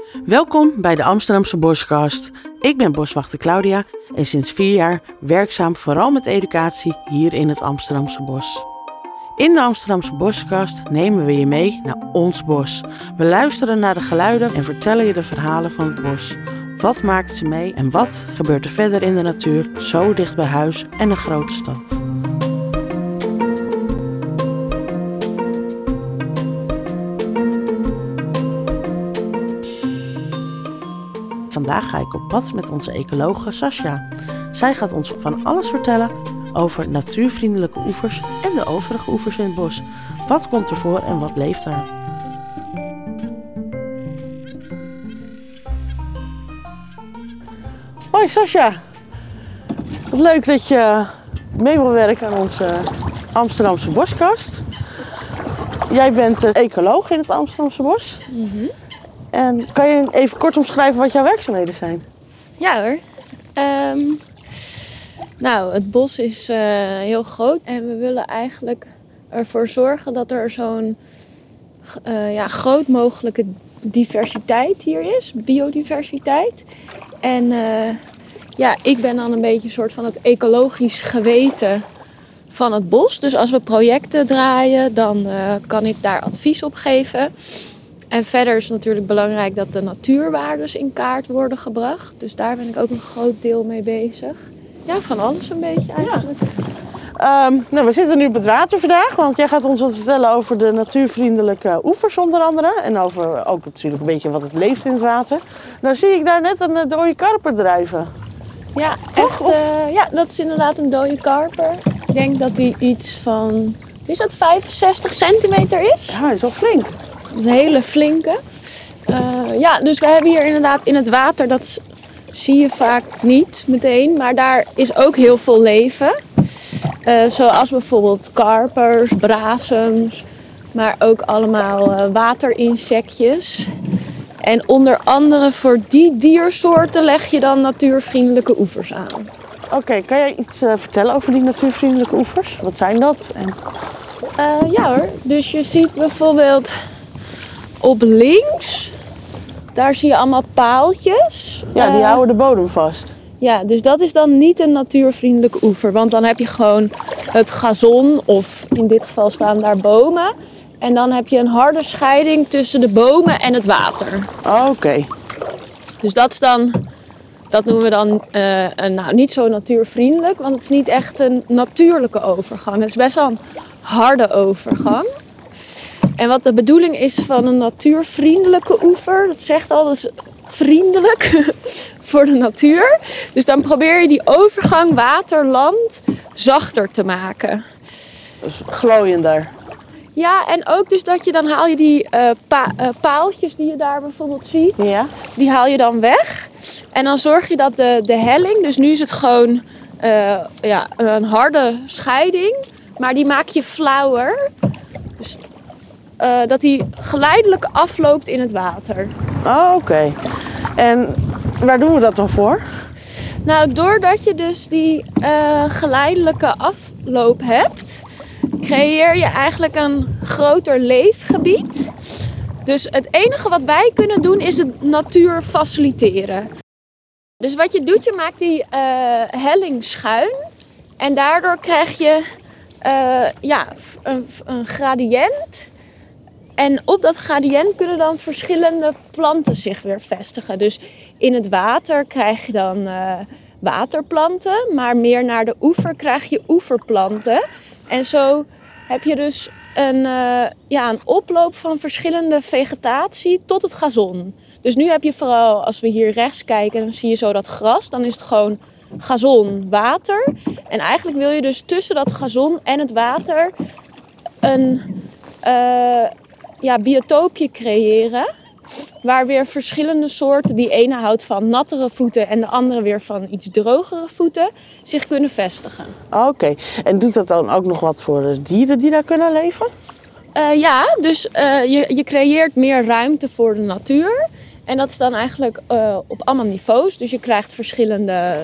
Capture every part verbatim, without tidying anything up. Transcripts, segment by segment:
Welkom bij de Amsterdamse Boskast. Ik ben boswachter Claudia en sinds vier jaar werkzaam vooral met educatie hier in het Amsterdamse bos. In de Amsterdamse Boskast nemen we je mee naar ons bos. We luisteren naar de geluiden en vertellen je de verhalen van het bos. Wat maakt ze mee en wat gebeurt er verder in de natuur, zo dicht bij huis en een grote stad? Vandaag ga ik op pad met onze ecologe Sascha. Zij gaat ons van alles vertellen over natuurvriendelijke oevers en de overige oevers in het bos. Wat komt er voor en wat leeft er? Hoi Sascha. Wat leuk dat je mee wil werken aan onze Amsterdamse Boskast. Jij bent ecoloog in het Amsterdamse bos. Mm-hmm. En kan je even kort omschrijven wat jouw werkzaamheden zijn? Ja hoor. Um, nou, het bos is uh, heel groot en we willen eigenlijk ervoor zorgen dat er zo'n uh, ja, groot mogelijke diversiteit hier is, biodiversiteit. En uh, ja, ik ben dan een beetje een soort van het ecologisch geweten van het bos. Dus als we projecten draaien, dan uh, kan ik daar advies op geven. En verder is het natuurlijk belangrijk dat de natuurwaardes in kaart worden gebracht. Dus daar ben ik ook een groot deel mee bezig. Ja, van alles een beetje eigenlijk. Ja. Um, nou, we zitten nu op het water vandaag, want jij gaat ons wat vertellen over de natuurvriendelijke oevers onder andere. En over ook natuurlijk een beetje wat het leeft in het water. Nou zie ik daar net een uh, dode karper drijven. Ja, toch? Echt, uh, ja, dat is inderdaad een dode karper. Ik denk dat die iets van, is dat vijfenzestig centimeter is? Ja, hij is wel flink. Een hele flinke. Uh, ja, dus we hebben hier inderdaad in het water, dat zie je vaak niet meteen, maar daar is ook heel veel leven. Uh, zoals bijvoorbeeld karpers, brasems, maar ook allemaal uh, waterinsectjes. En onder andere voor die diersoorten leg je dan natuurvriendelijke oevers aan. Oké, okay, kan jij iets uh, vertellen over die natuurvriendelijke oevers? Wat zijn dat? En... Uh, ja hoor, dus je ziet bijvoorbeeld op links, daar zie je allemaal paaltjes. Ja, die uh, houden de bodem vast. Ja, dus dat is dan niet een natuurvriendelijke oever. Want dan heb je gewoon het gazon of in dit geval staan daar bomen. En dan heb je een harde scheiding tussen de bomen en het water. Oké. Okay. Dus dat is dan, dat noemen we dan uh, een, nou, niet zo natuurvriendelijk. Want het is niet echt een natuurlijke overgang. Het is best wel een harde overgang. En wat de bedoeling is van een natuurvriendelijke oever, dat zegt al, dat is vriendelijk voor de natuur. Dus dan probeer je die overgang water-land zachter te maken. Dus glooiender. Ja, en ook dus dat je dan haal je die uh, pa- uh, paaltjes die je daar bijvoorbeeld ziet, ja. Die haal je dan weg. En dan zorg je dat de, de helling, dus nu is het gewoon uh, ja, een harde scheiding, maar die maak je flauwer. Dus, Uh, dat die geleidelijk afloopt in het water. Oh, oké. Okay. En waar doen we dat dan voor? Nou, doordat je dus die uh, geleidelijke afloop hebt, creëer je eigenlijk een groter leefgebied. Dus het enige wat wij kunnen doen is de natuur faciliteren. Dus wat je doet, je maakt die uh, helling schuin. En daardoor krijg je uh, ja, een, een gradient. En op dat gradient kunnen dan verschillende planten zich weer vestigen. Dus in het water krijg je dan uh, waterplanten, maar meer naar de oever krijg je oeverplanten. En zo heb je dus een, uh, ja, een oploop van verschillende vegetatie tot het gazon. Dus nu heb je vooral, als we hier rechts kijken, dan zie je zo dat gras. Dan is het gewoon gazon, water. En eigenlijk wil je dus tussen dat gazon en het water een... Uh, Ja, biotoopje creëren, waar weer verschillende soorten, die ene houdt van nattere voeten en de andere weer van iets drogere voeten, zich kunnen vestigen. Oké, okay. En doet dat dan ook nog wat voor de dieren die daar kunnen leven? Uh, ja, dus uh, je, je creëert meer ruimte voor de natuur. En dat is dan eigenlijk uh, op allemaal niveaus. Dus je krijgt verschillende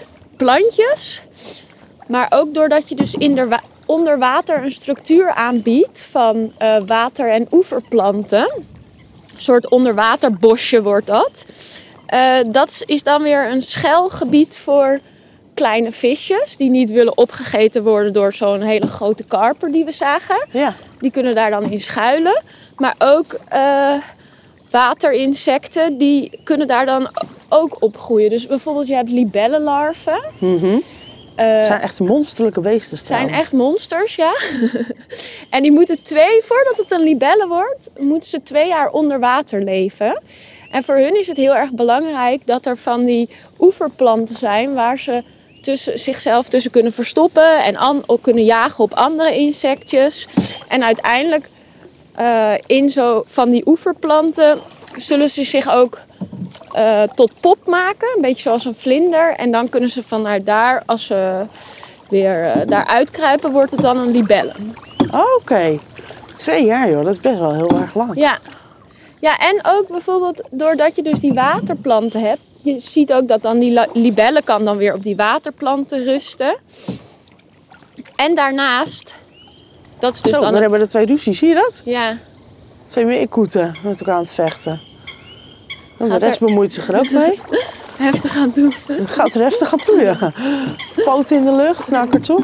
plantjes. Maar ook doordat je dus in de wa- onder water een structuur aanbiedt van uh, water- en oeverplanten, soort onderwaterbosje wordt dat. Uh, dat is dan weer een schuilgebied voor kleine visjes die niet willen opgegeten worden door zo'n hele grote karper die we zagen. Ja. Die kunnen daar dan in schuilen. Maar ook uh, waterinsecten die kunnen daar dan ook opgroeien. Dus bijvoorbeeld je hebt libellenlarven. Mm-hmm. Het uh, zijn echt monsterlijke beesten. Het zijn echt monsters, ja. En die moeten twee, voordat het een libelle wordt, moeten ze twee jaar onder water leven. En voor hun is het heel erg belangrijk dat er van die oeverplanten zijn waar ze tussen, zichzelf tussen kunnen verstoppen en an, ook kunnen jagen op andere insectjes. En uiteindelijk uh, in zo van die oeverplanten zullen ze zich ook uh, tot pop maken, een beetje zoals een vlinder. En dan kunnen ze vanuit daar, als ze weer uh, daar uitkruipen, wordt het dan een libelle. Oh, oké. Okay. Twee jaar joh, dat is best wel heel erg lang. Ja. Ja, en ook bijvoorbeeld doordat je dus die waterplanten hebt. Je ziet ook dat dan die libelle kan dan weer op die waterplanten rusten. En daarnaast, dat is dus Zo, dan dan het... hebben we de twee ruzies, zie je dat? Ja. Twee meerkoeten met elkaar aan het vechten. En de Gaat rest er... bemoeit zich er ook mee. Heftig aan toe. Gaat er heftig aan toe, ja. Poten in de lucht, naar elkaar toe.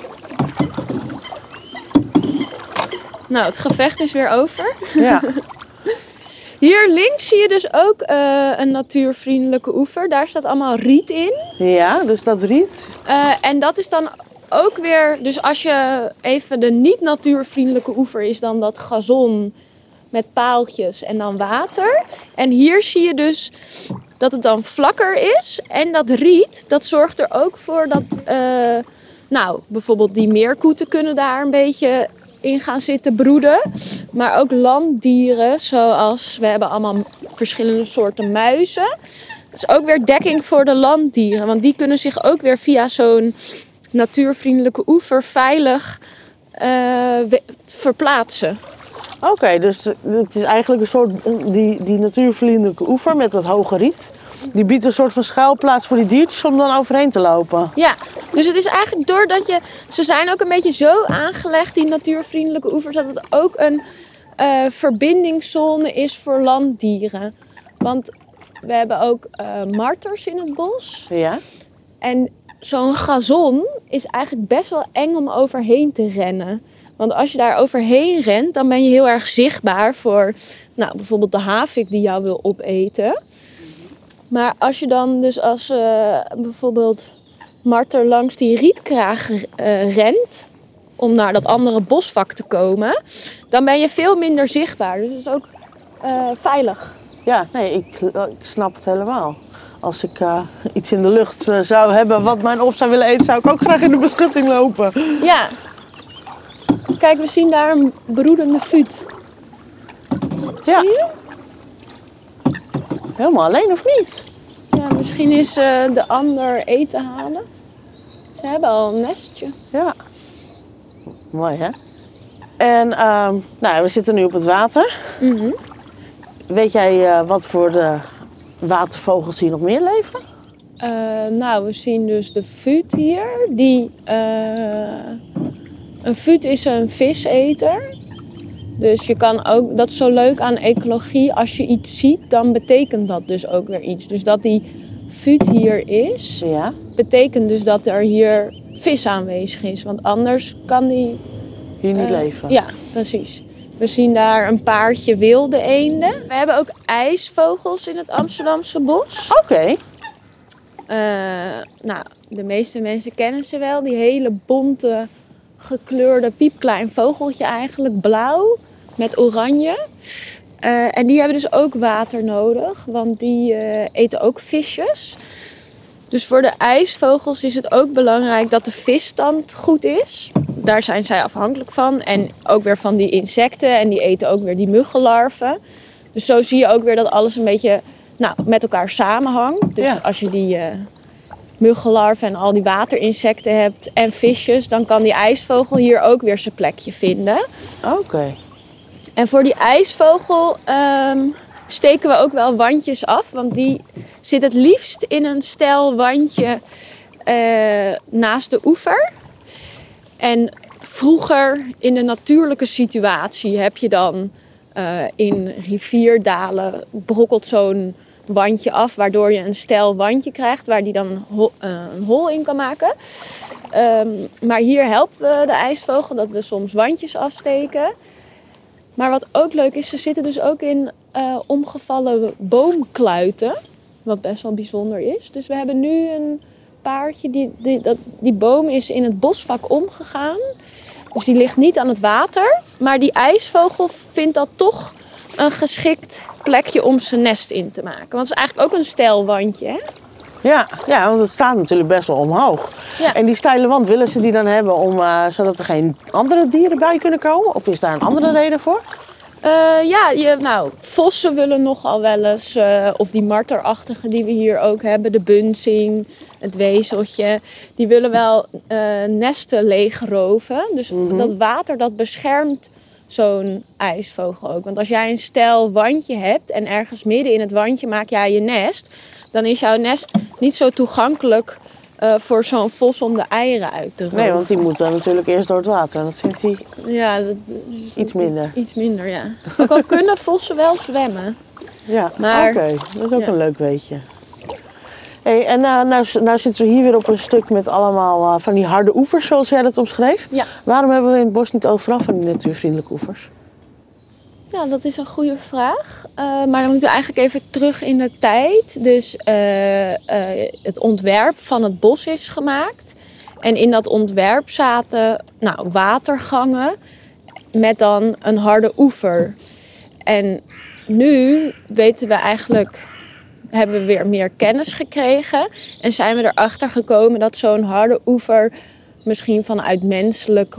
Nou, het gevecht is weer over. Ja. Hier links zie je dus ook uh, een natuurvriendelijke oever. Daar staat allemaal riet in. Ja, dus dat riet. Uh, en dat is dan ook weer... Dus als je even de niet-natuurvriendelijke oever is dan dat gazon met paaltjes en dan water. En hier zie je dus dat het dan vlakker is. En dat riet, dat zorgt er ook voor dat... Uh, nou, bijvoorbeeld die meerkoeten kunnen daar een beetje in gaan zitten broeden. Maar ook landdieren, zoals we hebben allemaal verschillende soorten muizen. Dat is ook weer dekking voor de landdieren. Want die kunnen zich ook weer via zo'n natuurvriendelijke oever veilig uh, verplaatsen. Oké, okay, dus het is eigenlijk een soort, die, die natuurvriendelijke oever met dat hoge riet. Die biedt een soort van schuilplaats voor die diertjes om dan overheen te lopen. Ja, dus het is eigenlijk doordat je... Ze zijn ook een beetje zo aangelegd, die natuurvriendelijke oevers, dat het ook een uh, verbindingszone is voor landdieren. Want we hebben ook uh, marters in het bos. Ja. En zo'n gazon is eigenlijk best wel eng om overheen te rennen. Want als je daar overheen rent, dan ben je heel erg zichtbaar voor nou, bijvoorbeeld de havik die jou wil opeten. Maar als je dan dus als uh, bijvoorbeeld marter langs die rietkraag uh, rent, om naar dat andere bosvak te komen, dan ben je veel minder zichtbaar. Dus dat is ook uh, veilig. Ja, nee, ik, ik snap het helemaal. Als ik uh, iets in de lucht uh, zou hebben wat mij op zou willen eten, zou ik ook graag in de beschutting lopen. Ja. Kijk, we zien daar een broedende fuut. Ja. Zie je? Helemaal alleen of niet? Ja, misschien is uh, de ander eten halen. Ze hebben al een nestje. Ja. Mooi, hè? En uh, nou, we zitten nu op het water. Mm-hmm. Weet jij uh, wat voor de watervogels hier nog meer leven? Uh, nou, we zien dus de fuut hier. Die, uh, een fuut is een viseter. Dus je kan ook, dat is zo leuk aan ecologie, als je iets ziet, dan betekent dat dus ook weer iets. Dus dat die fuut hier is, ja. betekent dus dat er hier vis aanwezig is. Want anders kan die... Hier niet uh, leven? Ja, precies. We zien daar een paardje wilde eenden. We hebben ook ijsvogels in het Amsterdamse bos. Oké. Okay. Uh, nou, de meeste mensen kennen ze wel. Die hele bonte, gekleurde, piepklein vogeltje eigenlijk. Blauw met oranje. Uh, en die hebben dus ook water nodig. Want die uh, eten ook visjes. Dus voor de ijsvogels is het ook belangrijk dat de visstand goed is. Daar zijn zij afhankelijk van. En ook weer van die insecten. En die eten ook weer die muggenlarven. Dus zo zie je ook weer dat alles een beetje nou, met elkaar samenhangt. Dus ja. Als je die uh, muggenlarven en al die waterinsecten hebt en visjes, dan kan die ijsvogel hier ook weer zijn plekje vinden. Oké. Okay. En voor die ijsvogel um, steken we ook wel wandjes af. Want die zit het liefst in een steil wandje uh, naast de oever. En vroeger in de natuurlijke situatie heb je dan uh, in rivierdalen brokkelt zo'n wandje af, waardoor je een steil wandje krijgt waar die dan een, hol, uh, een hol in kan maken. Um, maar hier helpen we de ijsvogel dat we soms wandjes afsteken. Maar wat ook leuk is, ze zitten dus ook in uh, omgevallen boomkluiten. Wat best wel bijzonder is. Dus we hebben nu een paardje, die, die, dat, die boom is in het bosvak omgegaan. Dus die ligt niet aan het water. Maar die ijsvogel vindt dat toch een geschikt plekje om zijn nest in te maken. Want het is eigenlijk ook een steil wandje, hè? Ja, ja, want het staat natuurlijk best wel omhoog. Ja. En die steile wand, willen ze die dan hebben om, uh, zodat er geen andere dieren bij kunnen komen? Of is daar een andere reden voor? Uh, ja, je, nou, vossen willen nogal wel eens, uh, of die marterachtige die we hier ook hebben, de bunzing, het wezeltje, die willen wel uh, nesten leegroven. Dus mm-hmm. dat water, dat beschermt zo'n ijsvogel ook. Want als jij een steil wandje hebt en ergens midden in het wandje maak jij je nest, dan is jouw nest niet zo toegankelijk uh, voor zo'n vos om de eieren uit te roven. Nee, want die moet dan natuurlijk eerst door het water. En dat vindt hij ja, dat, iets minder. Iets minder, ja. Ook al kunnen vossen wel zwemmen. Ja, oké. Okay. Dat is ook ja. een leuk weetje. Hey, en uh, nou, nou zitten we hier weer op een stuk met allemaal uh, van die harde oevers, zoals jij dat omschreef. Ja. Waarom hebben we in het bos niet overal van die natuurvriendelijke oevers? Ja, dat is een goede vraag. Uh, maar dan moeten we eigenlijk even terug in de tijd. Dus uh, uh, het ontwerp van het bos is gemaakt. En in dat ontwerp zaten nou, watergangen met dan een harde oever. En nu weten we eigenlijk, hebben we weer meer kennis gekregen. En zijn we erachter gekomen dat zo'n harde oever misschien vanuit menselijk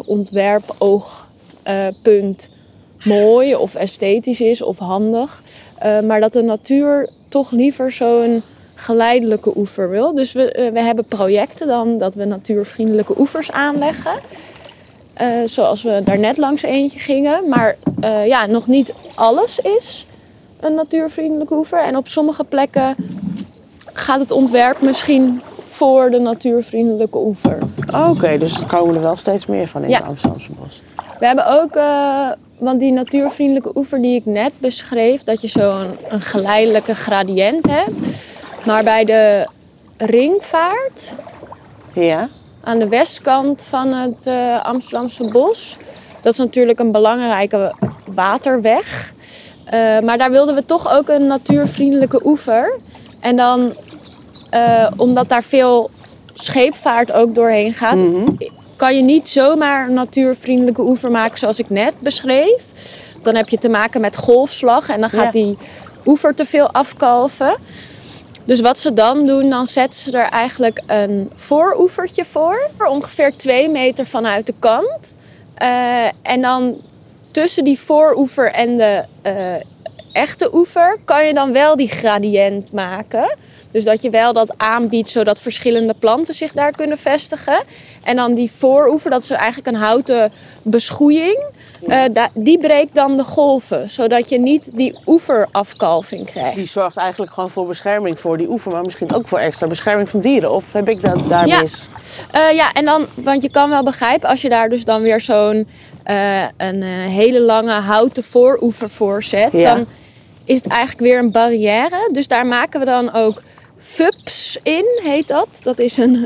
ontwerpoogpunt uh, mooi of esthetisch is of handig. Uh, maar dat de natuur toch liever zo'n geleidelijke oever wil. Dus we, uh, we hebben projecten dan dat we natuurvriendelijke oevers aanleggen. Uh, zoals we daar net langs eentje gingen. Maar uh, ja, nog niet alles is een natuurvriendelijke oever. En op sommige plekken gaat het ontwerp misschien voor de natuurvriendelijke oever. Oké, okay, dus er komen er wel steeds meer van in ja. het Amsterdamse bos. We hebben ook, uh, want die natuurvriendelijke oever die ik net beschreef, dat je zo'n een geleidelijke gradient hebt. Maar bij de ringvaart, ja. aan de westkant van het uh, Amsterdamse bos, dat is natuurlijk een belangrijke waterweg. Uh, maar daar wilden we toch ook een natuurvriendelijke oever. En dan, uh, omdat daar veel scheepvaart ook doorheen gaat, mm-hmm. kan je niet zomaar een natuurvriendelijke oever maken zoals ik net beschreef. Dan heb je te maken met golfslag en dan gaat ja. die oever te veel afkalven. Dus wat ze dan doen, dan zetten ze er eigenlijk een vooroevertje voor. Ongeveer twee meter vanuit de kant. Uh, en dan tussen die vooroever en de uh, echte oever kan je dan wel die gradient maken. Dus dat je wel dat aanbiedt zodat verschillende planten zich daar kunnen vestigen. En dan die vooroever, dat is eigenlijk een houten beschoeiing. Uh, da- die breekt dan de golven, zodat je niet die oeverafkalving krijgt. Dus die zorgt eigenlijk gewoon voor bescherming voor die oever, maar misschien ook voor extra bescherming van dieren. Of heb ik dat daar ja. mis? Uh, ja, en dan, want je kan wel begrijpen als je daar dus dan weer zo'n uh, een uh, hele lange houten vooroever voor zet, ja. dan is het eigenlijk weer een barrière. Dus daar maken we dan ook F U P's in, heet dat. Dat is een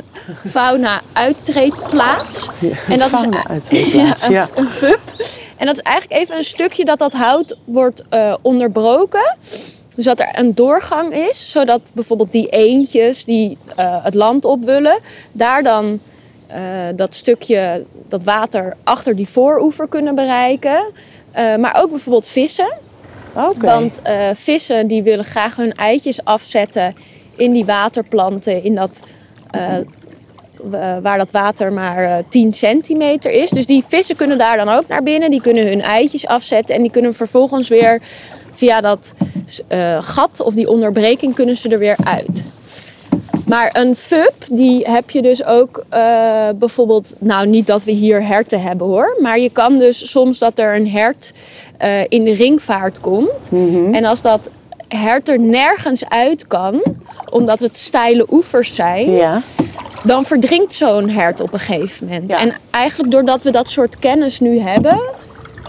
fauna-uittreedplaats. Ja, en dat fauna-uittreedplaats, is ja, ja. een, een F U P. En dat is eigenlijk even een stukje dat dat hout wordt uh, onderbroken. Dus dat er een doorgang is, zodat bijvoorbeeld die eendjes die uh, het land op willen, daar dan uh, dat stukje, dat water achter die vooroever kunnen bereiken. Uh, maar ook bijvoorbeeld vissen. Okay. Want uh, vissen die willen graag hun eitjes afzetten in die waterplanten, in dat, uh, waar dat water maar uh, tien centimeter is. Dus die vissen kunnen daar dan ook naar binnen. Die kunnen hun eitjes afzetten en die kunnen vervolgens weer via dat uh, gat of die onderbreking kunnen ze er weer uit. Maar een F U P, die heb je dus ook uh, bijvoorbeeld, nou niet dat we hier herten hebben hoor, maar je kan dus soms dat er een hert uh, in de ringvaart komt. Mm-hmm. En als dat hert er nergens uit kan, omdat het steile oevers zijn, ja. dan verdrinkt zo'n hert op een gegeven moment. Ja. En eigenlijk doordat we dat soort kennis nu hebben,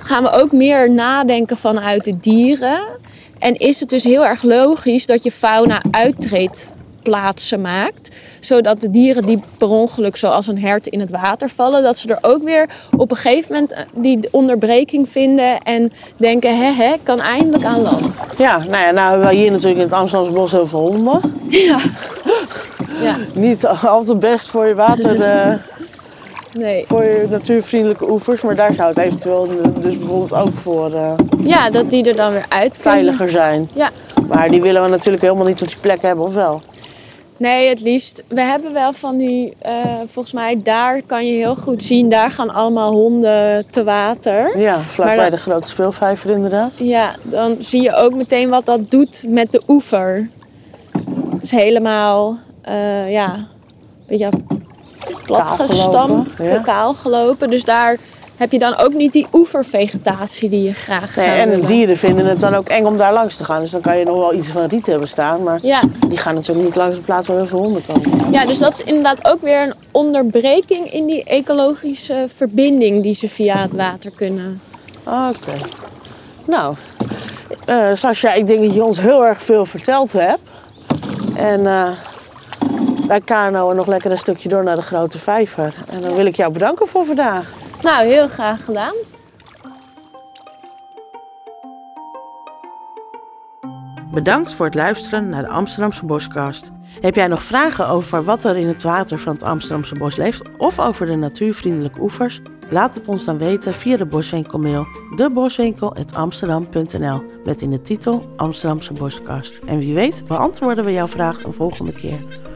gaan we ook meer nadenken vanuit de dieren. En is het dus heel erg logisch dat je fauna uittreedplaatsen maakt. Zodat de dieren die per ongeluk zoals een hert in het water vallen, dat ze er ook weer op een gegeven moment die onderbreking vinden en denken, hè hè, kan eindelijk aan land. Ja, nou ja, nou hebben we hier natuurlijk in het Amsterdamse bos heel veel honden. Ja. Ja. Niet altijd best voor je water, de, nee. voor je natuurvriendelijke oevers, maar daar zou het eventueel dus bijvoorbeeld ook voor uh, ja, dat die er dan weer uit veiliger zijn. Ja. Maar die willen we natuurlijk helemaal niet op die plek hebben, of wel? Nee, het liefst. We hebben wel van die, uh, volgens mij daar kan je heel goed zien, daar gaan allemaal honden te water. Ja, vlakbij dan, de grote speelvijver inderdaad. Ja, dan zie je ook meteen wat dat doet met de oever. Het is helemaal, uh, ja, weet je, platgestampt, ja. kaal gelopen. Dus daar heb je dan ook niet die oevervegetatie die je graag nee, zou en de willen. dieren vinden het dan ook eng om daar langs te gaan. Dus dan kan je nog wel iets van riet hebben staan. Maar ja. die gaan natuurlijk niet langs de plaats waar heel veel honden komen. Ja, dus dat is inderdaad ook weer een onderbreking in die ecologische verbinding die ze via het water kunnen. Oké. Okay. Nou, uh, Sascha, ik denk dat je ons heel erg veel verteld hebt. En uh, wij kanoën nog lekker een stukje door naar de grote vijver. En dan wil ik jou bedanken voor vandaag. Nou, heel graag gedaan. Bedankt voor het luisteren naar de Amsterdamse Boscast. Heb jij nog vragen over wat er in het water van het Amsterdamse bos leeft of over de natuurvriendelijke oevers? Laat het ons dan weten via de Boswinkelmail de boswinkel apenstaartje amsterdam punt n l met in de titel Amsterdamse Boscast. En wie weet beantwoorden we jouw vraag een volgende keer.